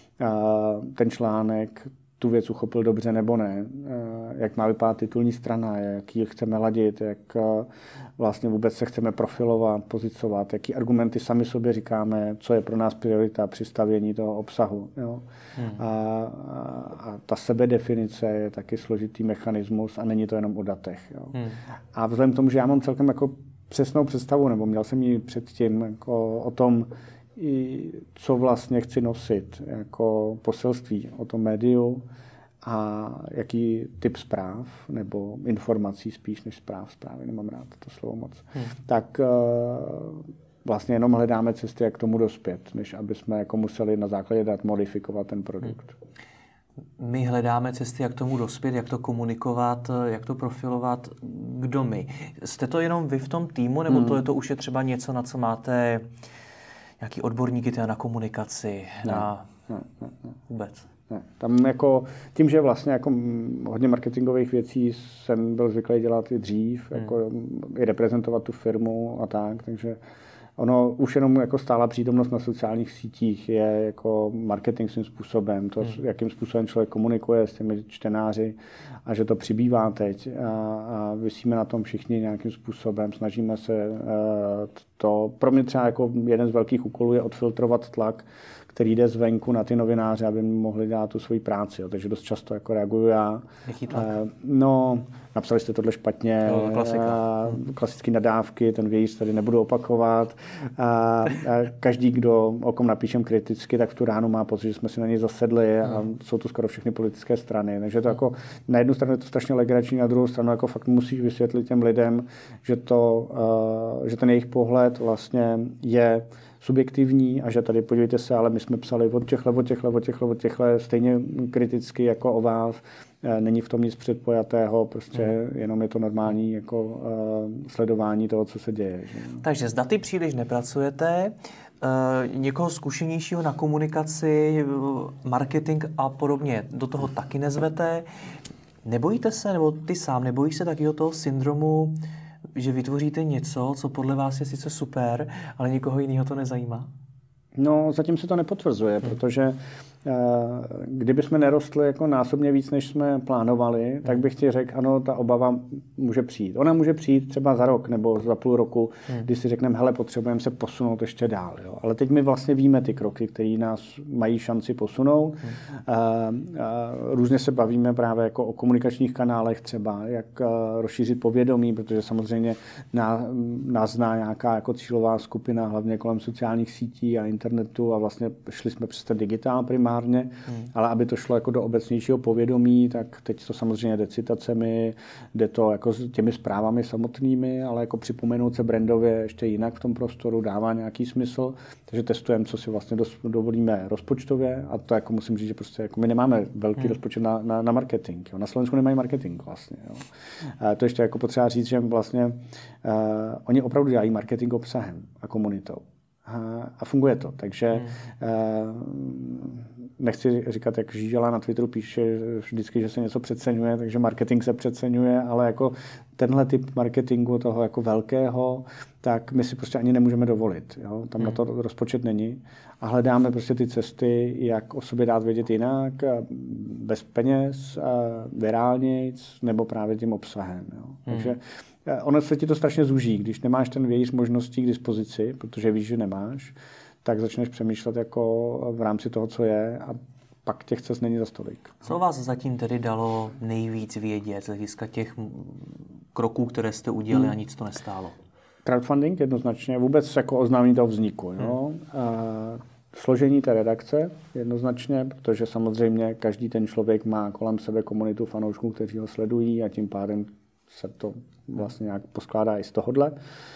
ten článek tu věc uchopil dobře nebo ne, jak má vypadat titulní strana, jak ji chceme ladit, jak vlastně vůbec se chceme profilovat, pozicovat, jaký argumenty sami sobě říkáme, co je pro nás priorita při stavění toho obsahu. Jo. Hmm. A, a ta sebedefinice je taky složitý mechanismus a není to jenom o datech. Jo. Hmm. A vzhledem k tomu, že já mám celkem jako přesnou představu, nebo měl jsem ji předtím jako o tom, i co vlastně chci nosit jako poselství o tom médiu a jaký typ zpráv nebo informací spíš než zpráv, zprávy, nemám rád to slovo moc, hmm. tak uh, vlastně jenom hledáme cesty, jak k tomu dospět, než aby jsme jako museli na základě dat modifikovat ten produkt. Hmm. My hledáme cesty, jak k tomu dospět, jak to komunikovat, jak to profilovat. Kdo my? Jste to jenom vy v tom týmu, nebo hmm. to je to už je třeba něco, na co máte nějaký odborníky teda na komunikaci, ne, na ne, ne, ne. vůbec? Ne. Tam jako tím, že vlastně jako hodně marketingových věcí jsem byl zvyklý dělat i dřív, hmm. jako i reprezentovat tu firmu a tak, takže ono už jenom jako stála přítomnost na sociálních sítích je jako marketing svým způsobem, to, hmm. jakým způsobem člověk komunikuje s těmi čtenáři a že to přibývá teď a, a vysíme na tom všichni nějakým způsobem, snažíme se uh, to pro mě třeba jako jeden z velkých úkolů je odfiltrovat tlak, který jde zvenku na ty novináře, aby mohli dát tu svoji práci. Jo. Takže dost často jako reaguju já. Jaký tlak? Uh, no, napsali jste tohle špatně, no, klasika. Uh, klasické nadávky, ten vějíř tady nebudu opakovat. Uh, uh, každý, kdo o kom napíšem kriticky, tak v tu ránu má pocit, že jsme si na něj zasedli a hmm. jsou to skoro všechny politické strany. Takže to jako, na jednu stranu je to strašně legrační, na druhou stranu jako fakt musíš vysvětlit těm lidem, že, to, uh, že ten jejich pohled vlastně je subjektivní a že tady podívejte se, ale my jsme psali od těchhle, od těchhle, od těchhle, od těchhle, stejně kriticky jako o vás. Není v tom nic předpojatého, prostě mm. jenom je to normální jako uh, sledování toho, co se děje. Že? Takže s daty příliš nepracujete, uh, někoho zkušenějšího na komunikaci, marketing a podobně do toho taky nezvete. Nebojíte se, nebo ty sám nebojíš se taky o toho syndromu, že vytvoříte něco, co podle vás je sice super, ale nikoho jiného to nezajímá? No, zatím se to nepotvrzuje, hmm. protože kdyby jsme nerostli jako násobně víc, než jsme plánovali, tak bych ti řekl, ano, ta obava může přijít. Ona může přijít třeba za rok nebo za půl roku, hmm. kdy si řekneme, hele, potřebujeme se posunout ještě dál. Jo. Ale teď my vlastně víme ty kroky, které nás mají šanci posunout. Hmm. A, a různě se bavíme právě jako o komunikačních kanálech třeba, jak rozšířit povědomí, protože samozřejmě nás, nás zná nějaká jako cílová skupina, hlavně kolem sociálních sítí a internetu a vlastně šli jsme přes ten digitál primárně. Hmm. Ale aby to šlo jako do obecnějšího povědomí, tak teď to samozřejmě jde citacemi, jde to jako s těmi zprávami samotnými, ale jako připomenout se brandově ještě jinak v tom prostoru dává nějaký smysl. Takže testujeme, co si vlastně dovolíme rozpočtově a to jako musím říct, že prostě jako my nemáme velký hmm. rozpočet na, na, na marketing. Jo. Na Slovensku nemají marketing vlastně. Jo. A to ještě jako potřeba říct, že vlastně uh, oni opravdu dělají marketing obsahem a komunitou. A funguje to, takže hmm. nechci říkat, jak Žížela na Twitteru píše vždycky, že se něco přeceňuje, takže marketing se přeceňuje, ale jako tenhle typ marketingu toho jako velkého, tak my si prostě ani nemůžeme dovolit. Jo? Tam hmm. na to rozpočet není a hledáme prostě ty cesty, jak o sobě dát vědět jinak, bez peněz, virálnějc, nebo právě tím obsahem. Jo? Hmm. Takže ono se ti to strašně zúží, když nemáš ten vějíř možností k dispozici, protože víš, že nemáš, tak začneš přemýšlet jako v rámci toho, co je a pak těch cest není za stolik. Co vás zatím tedy dalo nejvíc vědět z hlediska těch kroků, které jste udělali hmm. a nic to nestálo? Crowdfunding jednoznačně, vůbec jako oznámení toho vzniku. Hmm. Jo? A složení té redakce jednoznačně, protože samozřejmě každý ten člověk má kolem sebe komunitu fanoušků, kteří ho sledují a tím pádem se to vlastně nějak poskládá i z tohohle.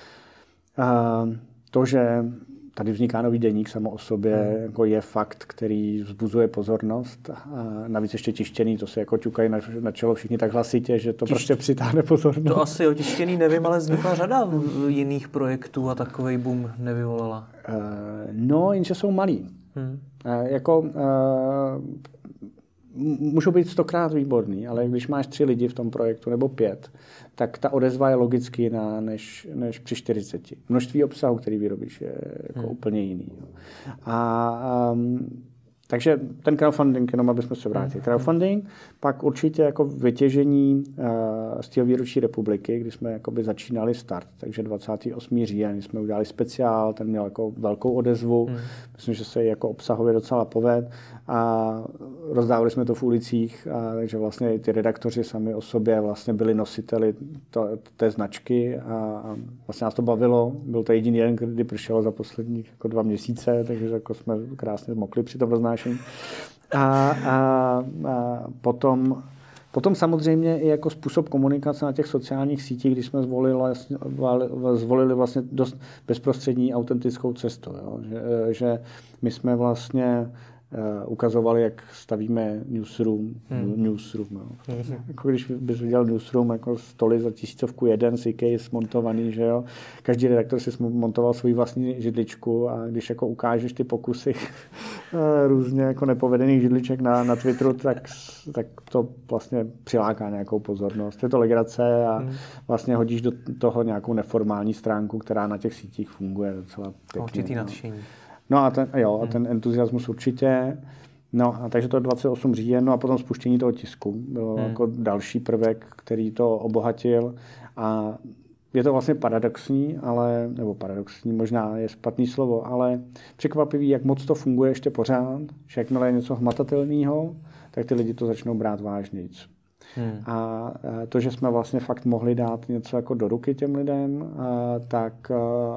A to, že tady vzniká nový deník samo o sobě, hmm. jako je fakt, který vzbuzuje pozornost. A navíc ještě tištěný, to se jako ťukají na, na čelo všichni tak hlasitě, že to Tišť... prostě přitáhne pozornost. To asi o tištěný nevím, ale vznikla řada jiných projektů a takovej boom nevyvolala. Uh, no, jenže jsou malí. Hmm. Uh, jako... Uh, můžou být stokrát výborný, ale když máš tři lidi v tom projektu nebo pět, tak ta odezva je logicky jiná než, než při čtyřiceti. Množství obsahu, který vyrobíš, je jako hmm. úplně jiný. Jo. A um, takže ten crowdfunding, jenom abychom se vrátili. Crowdfunding, pak určitě jako vytěžení uh, z té výročí republiky, kdy jsme jakoby začínali start, takže dvacátého osmého října jsme udělali speciál, ten měl jako velkou odezvu, hmm. myslím, že se jako obsahově docela poved a rozdávali jsme to v ulicích, a, takže vlastně ty redaktoři sami o sobě vlastně byli nositeli to, té značky a, a vlastně nás to bavilo. Byl to jediný den, kdy přišel za poslední jako dva měsíce, takže jako jsme krásně zmokli při tom roznášení. A, a, a potom, potom samozřejmě i jako způsob komunikace na těch sociálních sítích, když jsme zvolili, zvolili vlastně dost bezprostřední autentickou cestu. Jo? Že, že my jsme vlastně Uh, ukazovali, jak stavíme newsroom. Hmm. newsroom no. hmm. Jako když bys viděl newsroom, jako stoly za tisícovku jeden, C K smontovaný, že jo. Každý redaktor si montoval svou vlastní židličku a když jako ukážeš ty pokusy různě jako nepovedených židliček na, na Twitteru, tak, tak to vlastně přiláká nějakou pozornost. Je to legrace a hmm. vlastně hodíš do toho nějakou neformální stránku, která na těch sítích funguje docela pěkně. Určitý nadšení. No a ten, jo, a ten entuziasmus určitě. No a takže to je dvacátého osmého října, no a potom spuštění toho tisku. Bylo hmm. jako další prvek, který to obohatil. A je to vlastně paradoxní, ale, nebo paradoxní možná je špatný slovo, ale překvapivý, jak moc to funguje ještě pořád, že jakmile je něco hmatatelného, tak ty lidi to začnou brát vážnějc. Hmm. A to, že jsme vlastně fakt mohli dát něco jako do ruky těm lidem, tak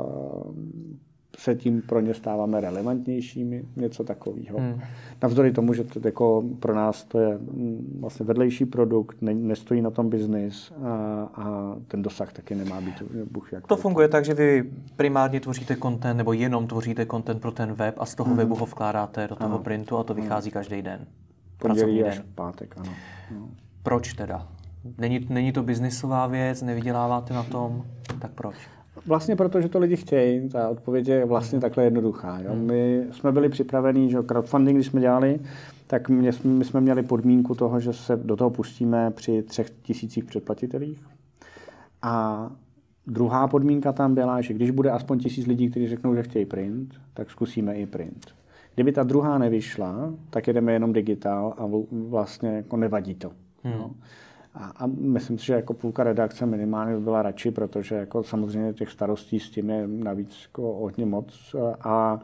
se tím pro ně stáváme relevantnějšími, něco takového. Hmm. Navzdory tomu, že to jako pro nás to je vlastně vedlejší produkt, ne, nestojí na tom biznis a, a ten dosah taky nemá být buch jak. To funguje tak, že vy primárně tvoříte content nebo jenom tvoříte content pro ten web a z toho hmm. webu ho vkládáte do toho ano. printu a to vychází ano. každý den. Pondělí až pátek, ano. No. Proč teda? Není, není to biznisová věc, nevyděláváte na tom, tak proč? Vlastně proto, že to lidi chtějí. Ta odpověď je vlastně hmm. takhle jednoduchá. Jo? My jsme byli připravení, že crowdfunding, když jsme dělali, tak my, my jsme měli podmínku toho, že se do toho pustíme při třech tisících předplatitelích. A druhá podmínka tam byla, že když bude aspoň tisíc lidí, kteří řeknou, že chtějí print, tak zkusíme i print. Kdyby ta druhá nevyšla, tak jedeme jenom digitál a vlastně jako nevadí to. Hmm. No. A, a myslím si, že jako půlka redakce minimálně by byla radši, protože jako samozřejmě těch starostí s tím je navíc jako hodně moc. A, a,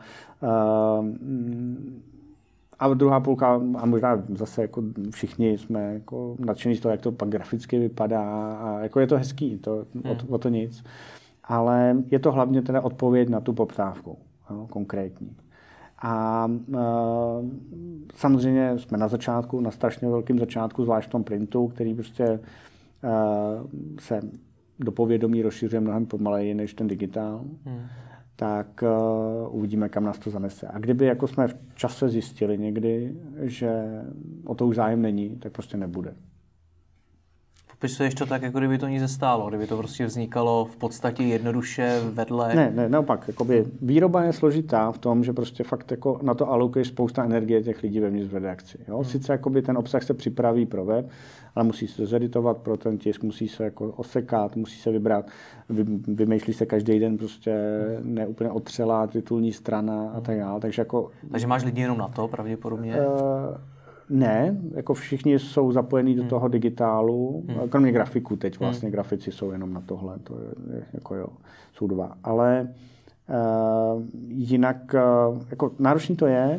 a druhá půlka, a možná zase jako všichni jsme jako nadšení z toho, jak to pak graficky vypadá. A jako je to hezký, to, hmm. o, o to nic. Ale je to hlavně teda odpověď na tu poptávku, no, konkrétní. A e, samozřejmě jsme na začátku, na strašně velkém začátku, zvlášť v tom printu, který prostě e, se do povědomí rozšiřuje mnohem pomaleji než ten digitál, hmm. tak e, uvidíme, kam nás to zanese. A kdyby jako jsme v čase zjistili někdy, že o to už zájem není, tak prostě nebude. Popisuješ to tak, jako kdyby to nic nestálo, kdyby to prostě vznikalo v podstatě jednoduše vedle... Ne, ne, naopak. Jakoby výroba je složitá v tom, že prostě fakt jako na to alokuješ spousta energie těch lidí vevnitř v redakci. Jo? Hmm. Sice jakoby ten obsah se připraví pro web, ale musí se zeditovat pro ten tisk, musí se jako osekat, musí se vybrat, vy, vymýšlí se každý den prostě neúplně otřelá titulní strana a tak dále. Takže jako... Takže máš lidi jenom na to pravděpodobně? Uh... Ne, jako všichni jsou zapojení do toho digitálu, hmm. kromě grafiků teď vlastně, hmm. grafici jsou jenom na tohle, to je, jako jo, jsou dva. Ale uh, jinak, uh, jako náročný to je,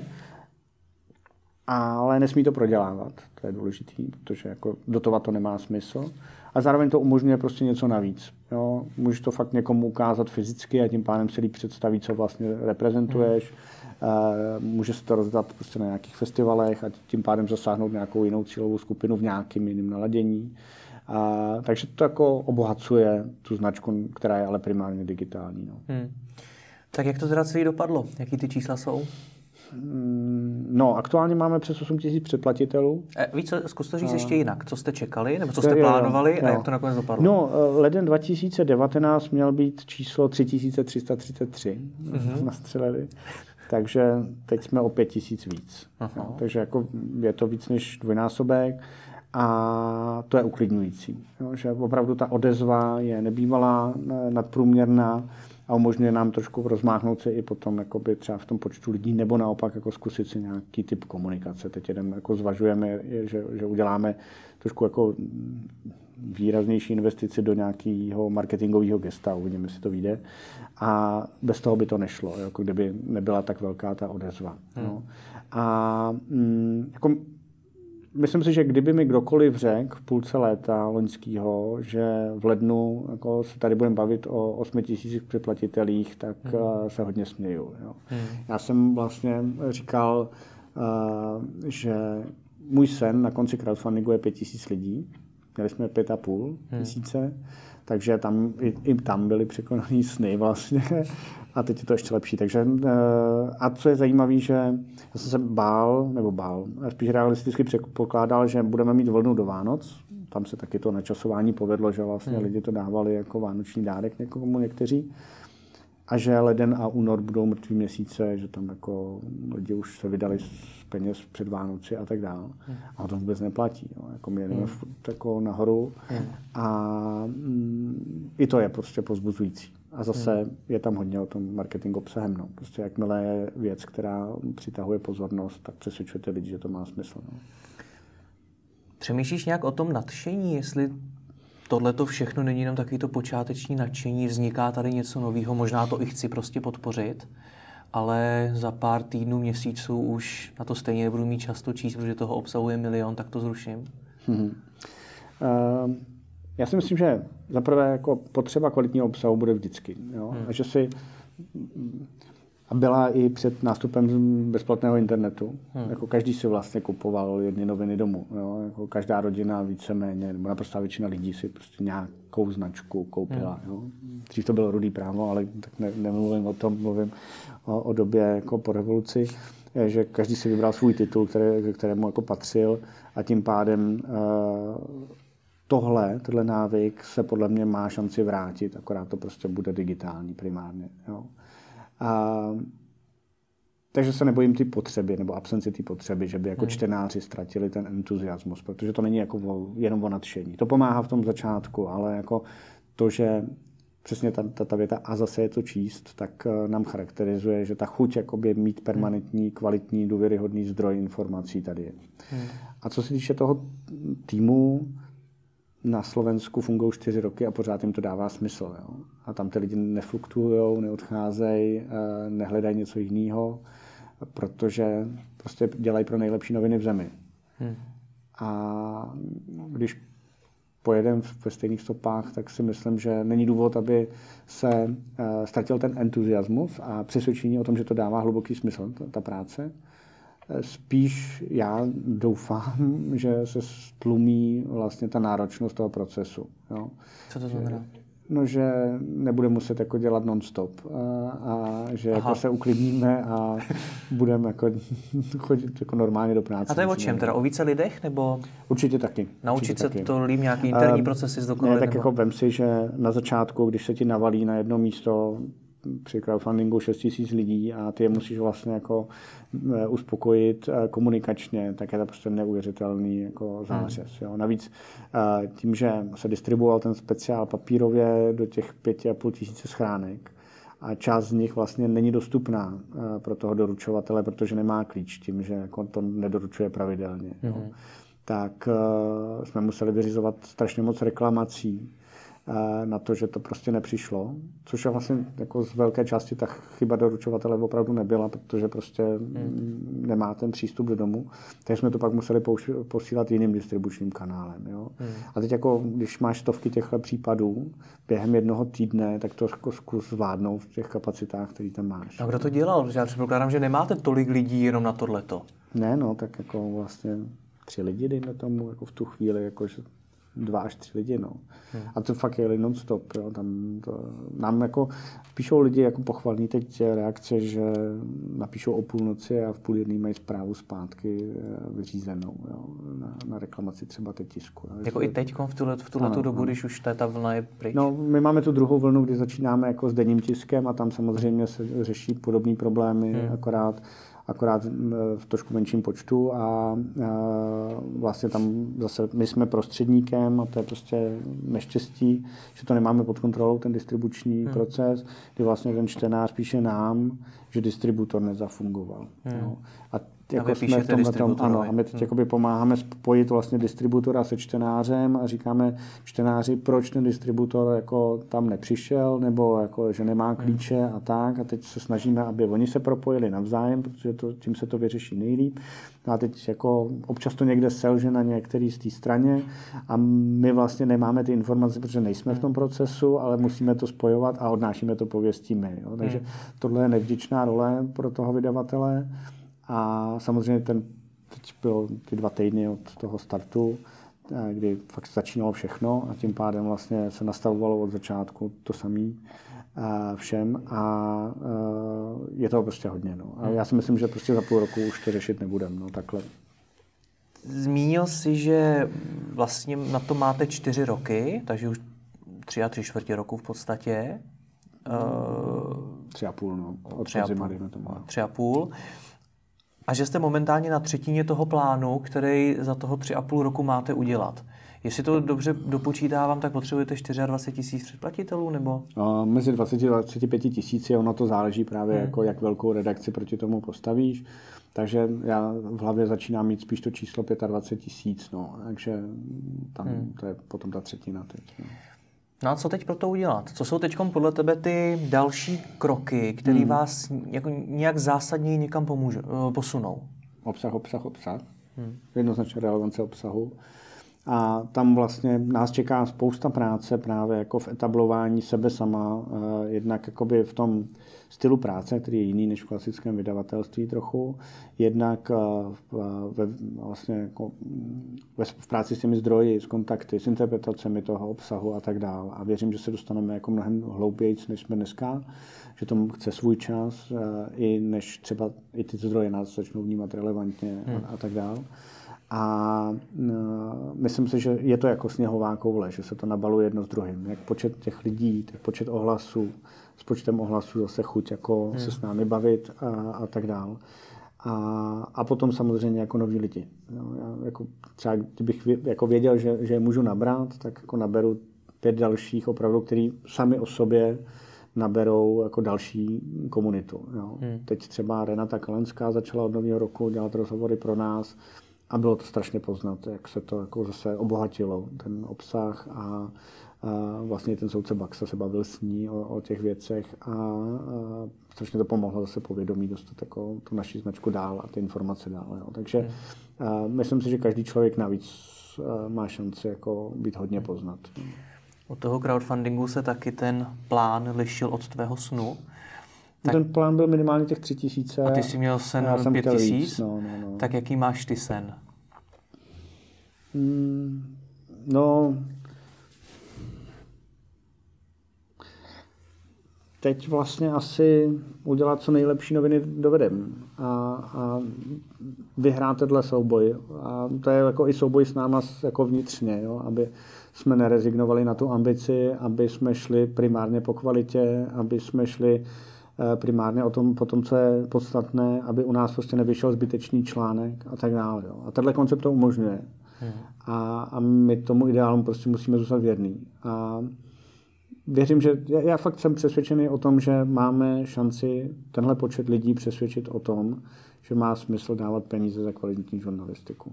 ale nesmí to prodělávat, to je důležitý, protože jako dotovat to nemá smysl. A zároveň to umožňuje prostě něco navíc. Jo? Můžeš to fakt někomu ukázat fyzicky a tím pádem si líp představí, co vlastně reprezentuješ. Hmm. Může se to rozdat prostě na nějakých festivalech a tím pádem zasáhnout nějakou jinou cílovou skupinu v nějakém jiném naladění. A, takže to jako obohacuje tu značku, která je ale primárně digitální. No. Hmm. Tak jak to teda celý dopadlo? Jaký ty čísla jsou? No, aktuálně máme přes osm tisíc předplatitelů. E, víc, zkus to říct a... ještě jinak. Co jste čekali, nebo co jste jo, plánovali jo, jo. a jak to nakonec dopadlo? No, leden dva tisíce devatenáct měl být číslo tři tisíce tři sta třicet tři. Mm-hmm. Nastřelili. Takže teď jsme o pět tisíc víc. No, takže jako je to víc než dvojnásobek a to je uklidňující. Jo, že opravdu ta odezva je nebývalá, nadprůměrná a umožňuje nám trošku rozmáhnout se i potom jakoby třeba v tom počtu lidí, nebo naopak jako zkusit si nějaký typ komunikace. Teď jeden jako zvažujeme, že, že uděláme trošku jako výraznější investici do nějakého marketingového gesta, uvidíme, jestli to vyjde. A bez toho by to nešlo, jako kdyby nebyla tak velká ta odezva. Hmm. No. A mm, jako myslím si, že kdyby mi kdokoliv řekl v půlce léta loňského, že v lednu jako se tady budeme bavit o osmi tisících předplatitelích, tak hmm. se hodně směju. Jo. Hmm. Já jsem vlastně říkal, uh, že můj sen na konci crowdfundingu je pět tisíc lidí. Měli jsme pět a půl hmm. tisíce, takže tam, i, i tam byly překonaný sny vlastně. A teď je to ještě lepší. Takže, a co je zajímavé, že já jsem se bál, nebo bál, spíš realisticky předpokládal, že budeme mít vlnu do Vánoc. Tam se taky to načasování povedlo, že vlastně hmm. lidi to dávali jako vánoční dárek někomu někteří. A že leden a únor budou mrtvý měsíce, že tam jako lidi už se vydali z peněz před Vánoci a tak dále. Hmm. A o tom vůbec neplatí. Jo. Jako my jedeme hmm. jako nahoru hmm. a mm, i to je prostě pozbuzující. A zase hmm. je tam hodně o tom marketingu obsahem. No. Prostě jakmile je věc, která přitahuje pozornost, tak přesvědčujete lidi, že to má smysl. No. Přemýšlíš nějak o tom nadšení, jestli tohle to všechno není jenom takový to počáteční nadšení, vzniká tady něco nového, možná to i chci prostě podpořit, ale za pár týdnů, měsíců už na to stejně nebudu mít často číst, protože toho obsahuje milion, tak to zruším. Hmm. Uh, já si myslím, že zaprvé jako potřeba kvalitního obsahu bude vždycky. Jo? Hmm. A že si a byla i před nástupem bezplatného internetu. Hmm. Jako každý si vlastně kupoval jedny noviny domů. Jo? Jako každá rodina víceméně, nebo naprostá většina lidí si prostě nějakou značku koupila. Hmm. Jo? Dřív to bylo Rudý právo, ale tak ne, nemluvím o tom, mluvím o, o době jako po revoluci, že každý si vybral svůj titul, který, kterému jako patřil a tím pádem uh, tohle, tenhle návyk se podle mě má šanci vrátit, akorát to prostě bude digitální primárně. Jo? A, takže se nebojím ty potřeby nebo absenci ty potřeby, že by jako hmm. čtenáři ztratili ten entuziasmus, protože to není jako o, jenom o nadšení. To pomáhá v tom začátku, ale jako to, že přesně ta, ta, ta věta a zase je to číst, tak nám charakterizuje, že ta chuť jakoby mít permanentní, kvalitní, důvěryhodný zdroj informací tady je. Hmm. A co se týče toho týmu, na Slovensku fungují čtyři roky a pořád jim to dává smysl. Jo? A tam ty lidi nefluktuujou, neodcházejí, nehledají něco jiného, protože prostě dělají pro nejlepší noviny v zemi. Hmm. A když pojedeme ve stejných stopách, tak si myslím, že není důvod, aby se ztratil ten entuziasmus a přesvědčení o tom, že to dává hluboký smysl, ta, ta práce. Spíš já doufám, že se stlumí vlastně ta náročnost toho procesu. Jo. Co to znamená? No, že nebude muset jako dělat non-stop a, a že jako se uklidníme a budeme jako chodit jako normálně do práce. A to je o čem? Teda o více lidech? Nebo určitě taky. Naučit určitě se taky. to líp nějaký interní procesy zdokonalit? Ne, tak nebo... jako vem si, že na začátku, když se ti navalí na jedno místo při crowdfundingu šest tisíc lidí a ty je musíš vlastně jako uspokojit komunikačně, tak je to prostě neuvěřitelný jako zářez. Jo. Navíc tím, že se distribuoval ten speciál papírově do těch pěti a půl tisíce schránek a část z nich vlastně není dostupná pro toho doručovatele, protože nemá klíč tím, že jako to nedoručuje pravidelně. Jo. Mm. Tak jsme museli vyřizovat strašně moc reklamací na to, že to prostě nepřišlo, což je vlastně jako z velké části ta chyba doručovatele opravdu nebyla, protože prostě hmm. nemá ten přístup do domu, takže jsme to pak museli posílat jiným distribučním kanálem. Jo? Hmm. A teď jako, když máš stovky těchto případů během jednoho týdne, tak to jako zkus zvládnout v těch kapacitách, které tam máš. A kdo to dělal? Já předpokládám, že nemáte tolik lidí jenom na tohleto. Ne, no, tak jako vlastně tři lidi, dejme tomu, jako v tu chvíli, jako že dva až tři lidi, no. Hmm. A to fakt je non-stop, jo. Tam to, nám jako píšou lidi jako pochvalní teď reakce, že napíšou o půlnoci a v půl jedný mají zprávu zpátky vyřízenou, jo. Na, na reklamaci třeba teď tisku. Jo. Jako i teď v tuhle, v tuhle dobu, ano. Když už ta, ta vlna je pryč? No, my máme tu druhou vlnu, kdy začínáme jako s denním tiskem a tam samozřejmě se řeší podobné problémy, hmm. akorát akorát v trošku menším počtu a, a vlastně tam zase my jsme prostředníkem a to je prostě neštěstí, že to nemáme pod kontrolou, ten distribuční hmm. proces, kdy vlastně ten čtenář píše nám, že distributor nezafungoval. Hmm. No. A jako jsme v tomhle tom, ano, a my teď hmm. jakoby pomáháme spojit vlastně distributora se čtenářem a říkáme čtenáři, proč ten distributor jako tam nepřišel, nebo jako, že nemá klíče hmm. a tak. A teď se snažíme, aby oni se propojili navzájem, protože to, tím se to vyřeší nejlíp. No a teď jako občas to někde selže na některý z té straně a my vlastně nemáme ty informace, protože nejsme v tom procesu, ale musíme to spojovat a odnášíme to pověstí my. Jo. Takže tohle je nevděčná role pro toho vydavatele. A samozřejmě ten, teď bylo ty dva týdny od toho startu, kdy fakt začínalo všechno a tím pádem vlastně se nastavovalo od začátku to samé všem a je toho prostě hodně. No. A já si myslím, že prostě za půl roku už to řešit nebudeme. No, takhle. Zmínil jsi, že vlastně na to máte čtyři roky, takže už tři a tři čtvrtě roku v podstatě. Tři a půl, no. Od tři a půl. Tři a půl. A že jste momentálně na třetině toho plánu, který za toho tři a půl roku máte udělat. Jestli to dobře dopočítávám, tak potřebujete dvacet čtyři tisíc předplatitelů, nebo? No, mezi dvacet a dvacet pět tisíci, ono to záleží právě, hmm. jako jak velkou redakci proti tomu postavíš. Takže já v hlavě začínám mít spíš to číslo dvacet pět tisíc, no. Takže tam hmm. to je potom ta třetina teď. No. No a co teď pro to udělat? Co jsou teď podle tebe ty další kroky, které hmm. vás jako nějak zásadně někam pomůže, posunou? Obsah, obsah, obsah. Hmm. Jednoznačně relevance obsahu. A tam vlastně nás čeká spousta práce právě jako v etablování sebe sama, jednak jakoby v tom stylu práce, který je jiný než v klasickém vydavatelství trochu, jednak ve, vlastně jako ve, v práci s těmi zdroji, s kontakty, s interpretacemi toho obsahu a tak dále. A věřím, že se dostaneme jako mnohem hloubějc, než jsme dneska, že to chce svůj čas, i než třeba i ty zdroje nás začnou vnímat relevantně hmm. a, a tak dále. A myslím si, že je to jako sněhová koule, že se to nabaluje jedno s druhým. Jak počet těch lidí, tak počet ohlasů, s počtem ohlasů zase chuť jako hmm. se s námi bavit a, a tak dál. A, a potom samozřejmě jako noví lidi. No, já jako třeba kdybych jako věděl, že, že je můžu nabrat, tak jako naberu pět dalších opravdu, který sami o sobě naberou jako další komunitu. Jo. Hmm. Teď třeba Renata Kalenská začala od nového roku dělat rozhovory pro nás. A bylo to strašně poznat, jak se to jako zase obohatilo, ten obsah a, a vlastně ten soudce Baxa se bavil s ní o, o těch věcech a, a strašně to pomohlo zase povědomí dostat jako tu naši značku dál a ty informace dál. Jo. Takže hmm. a, myslím si, že každý člověk navíc a, má šanci jako být hodně poznat. Od toho crowdfundingu se taky ten plán lišil od tvého snu? Tak, ten plán byl minimálně těch tři tisíce. A ty jsi měl sen pět tisíc? No, no, no. Tak jaký máš ty sen? Mm, no, teď vlastně asi udělat co nejlepší noviny dovedem a, a vyhrát tenhle souboj. A to je jako i souboj s náma jako vnitřně, jo? Aby jsme nerezignovali na tu ambici, aby jsme šli primárně po kvalitě, aby jsme šli primárně o tom, po tom, co je podstatné, aby u nás prostě nevyšel zbytečný článek a tak dále. Jo. A tenhle koncept to umožňuje. Hmm. A, a my tomu ideálu prostě musíme zůstat věrný. A věřím, že já, já fakt jsem přesvědčený o tom, že máme šanci tenhle počet lidí přesvědčit o tom, že má smysl dávat peníze za kvalitní žurnalistiku.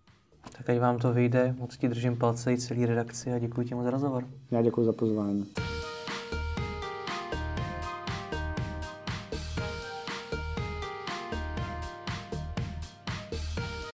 Tak ať vám to vyjde. Moc ti držím palce i celý redakci a děkuji ti moc za rozhovor. Já děkuji za pozvání.